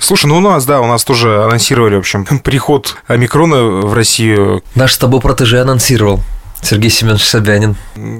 Слушай, ну у нас тоже анонсировали, в общем, приход омикрона в Россию. Наш с тобой протеже анонсировал. Сергей Семенович Собянин.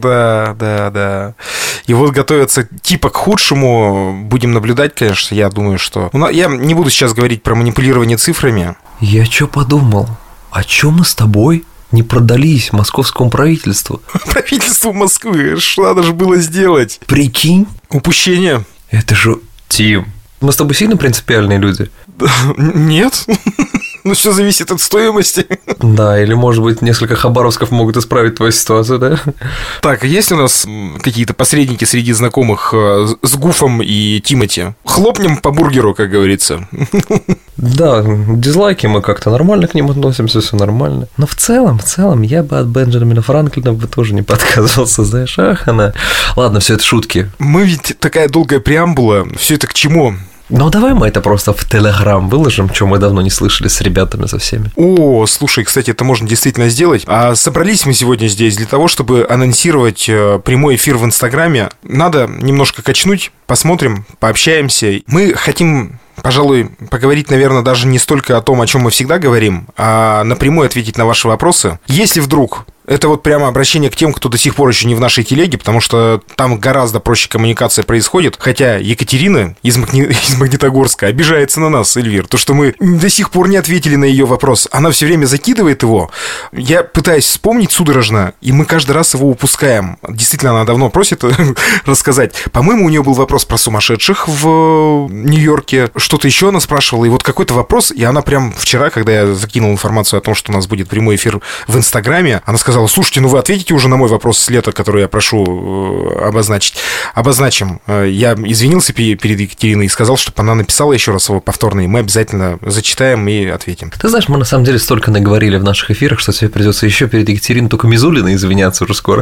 Да. И вот готовятся типа к худшему. Будем наблюдать, конечно, я думаю, что... Я не буду сейчас говорить про манипулирование цифрами. Я что подумал? О чем мы с тобой не продались московскому правительству? Правительству Москвы, что надо же было сделать? Прикинь? Упущение. Это же... Тим, мы с тобой сильно принципиальные люди? Нет. Ну, все зависит от стоимости. Да, или, может быть, несколько хабаровсков могут исправить твою ситуацию, да? Так, есть у нас какие-то посредники среди знакомых с Гуфом и Тимати? Хлопнем по бургеру, как говорится. Да, дизлайки, мы как-то нормально к ним относимся, все нормально. Но в целом, я бы от Бенджамина Франклина бы тоже не подказывался, знаешь, она. Ладно, все это шутки. Мы ведь такая долгая преамбула, все это к чему? Ну, давай мы это просто в Телеграм выложим, что мы давно не слышали с ребятами со всеми. О, слушай, кстати, это можно действительно сделать. А собрались мы сегодня здесь для того, чтобы анонсировать прямой эфир в Инстаграме. Надо немножко качнуть, посмотрим, пообщаемся. Мы хотим... Пожалуй, поговорить, наверное, даже не столько о том, о чем мы всегда говорим, а напрямую ответить на ваши вопросы. Если вдруг... Это вот прямо обращение к тем, кто до сих пор еще не в нашей телеге, потому что там гораздо проще коммуникация происходит. Хотя Екатерина из Магнитогорска обижается на нас, Эльвир, то, что мы до сих пор не ответили на ее вопрос. Она все время закидывает его. Я пытаюсь вспомнить судорожно, и мы каждый раз его упускаем. Действительно, она давно просит рассказать. По-моему, у нее был вопрос про сумасшедших в Нью-Йорке. Что-то еще она спрашивала, и вот какой-то вопрос, и она прям вчера, когда я закинул информацию о том, что у нас будет прямой эфир в Инстаграме, она сказала: слушайте, ну вы ответите уже на мой вопрос с лета, который я прошу обозначить. Обозначим. Я извинился перед Екатериной и сказал, чтобы она написала еще раз его повторно, и мы обязательно зачитаем и ответим. Ты знаешь, мы на самом деле столько наговорили в наших эфирах, что тебе придется еще перед Екатериной только Мизулиной извиняться уже скоро.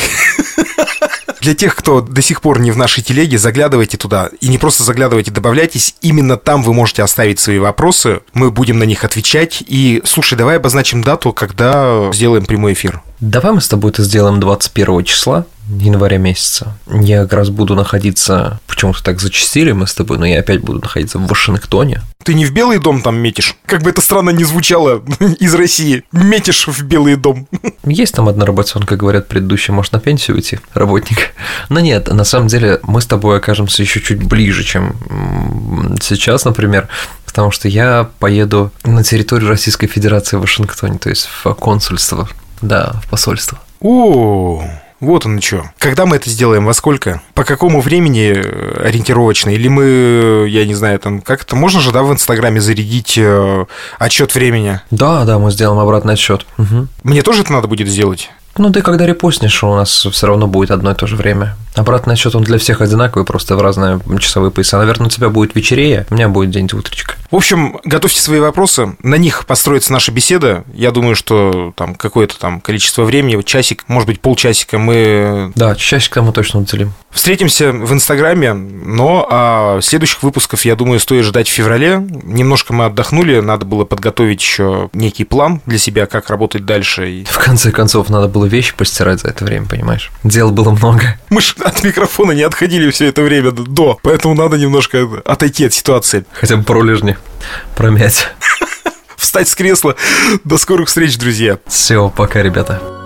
Для тех, кто до сих пор не в нашей телеге, заглядывайте туда. И не просто заглядывайте, добавляйтесь. Именно там вы можете оставить свои вопросы. Мы будем на них отвечать. И, слушай, давай обозначим дату, когда сделаем прямой эфир. Давай мы с тобой это сделаем 21 числа января месяца. Я как раз буду находиться... Почему-то так зачастили мы с тобой, но я опять буду находиться в Вашингтоне. Ты не в Белый дом там метишь? Как бы это странно ни звучало из России. Метишь в Белый дом. Есть там одна работенка, говорят, предыдущая, может на пенсию уйти, работник. Но нет, на самом деле мы с тобой окажемся еще чуть ближе, чем сейчас, например, потому что я поеду на территорию Российской Федерации в Вашингтоне, то есть в консульство, да, в посольство. О, вот оно что. Когда мы это сделаем, во сколько? По какому времени ориентировочно? Или мы, я не знаю, там как это можно же, да, в Инстаграме зарядить отчет времени? Да, мы сделаем обратный отсчет. Угу. Мне тоже это надо будет сделать? Ну, ты когда репостнешь, у нас все равно будет одно и то же время. Обратный отсчет он для всех одинаковый, просто в разные часовые пояса. Наверное, у тебя будет вечерее, у меня будет день утречка. В общем, готовьте свои вопросы, на них построится наша беседа. Я думаю, что там какое-то там количество времени, часик, может быть, полчасика мы... Да, часик мы точно уделим. Встретимся в Инстаграме, но следующих выпусков, я думаю, стоит ждать в феврале. Немножко мы отдохнули, надо было подготовить еще некий план для себя, как работать дальше. В конце концов, надо было вещи постирать за это время, понимаешь? Дел было много. Мы же от микрофона не отходили все это время до, поэтому надо немножко отойти от ситуации. Хотя бы пролежни промять. Встать с кресла. До скорых встреч, друзья. Все, пока, ребята.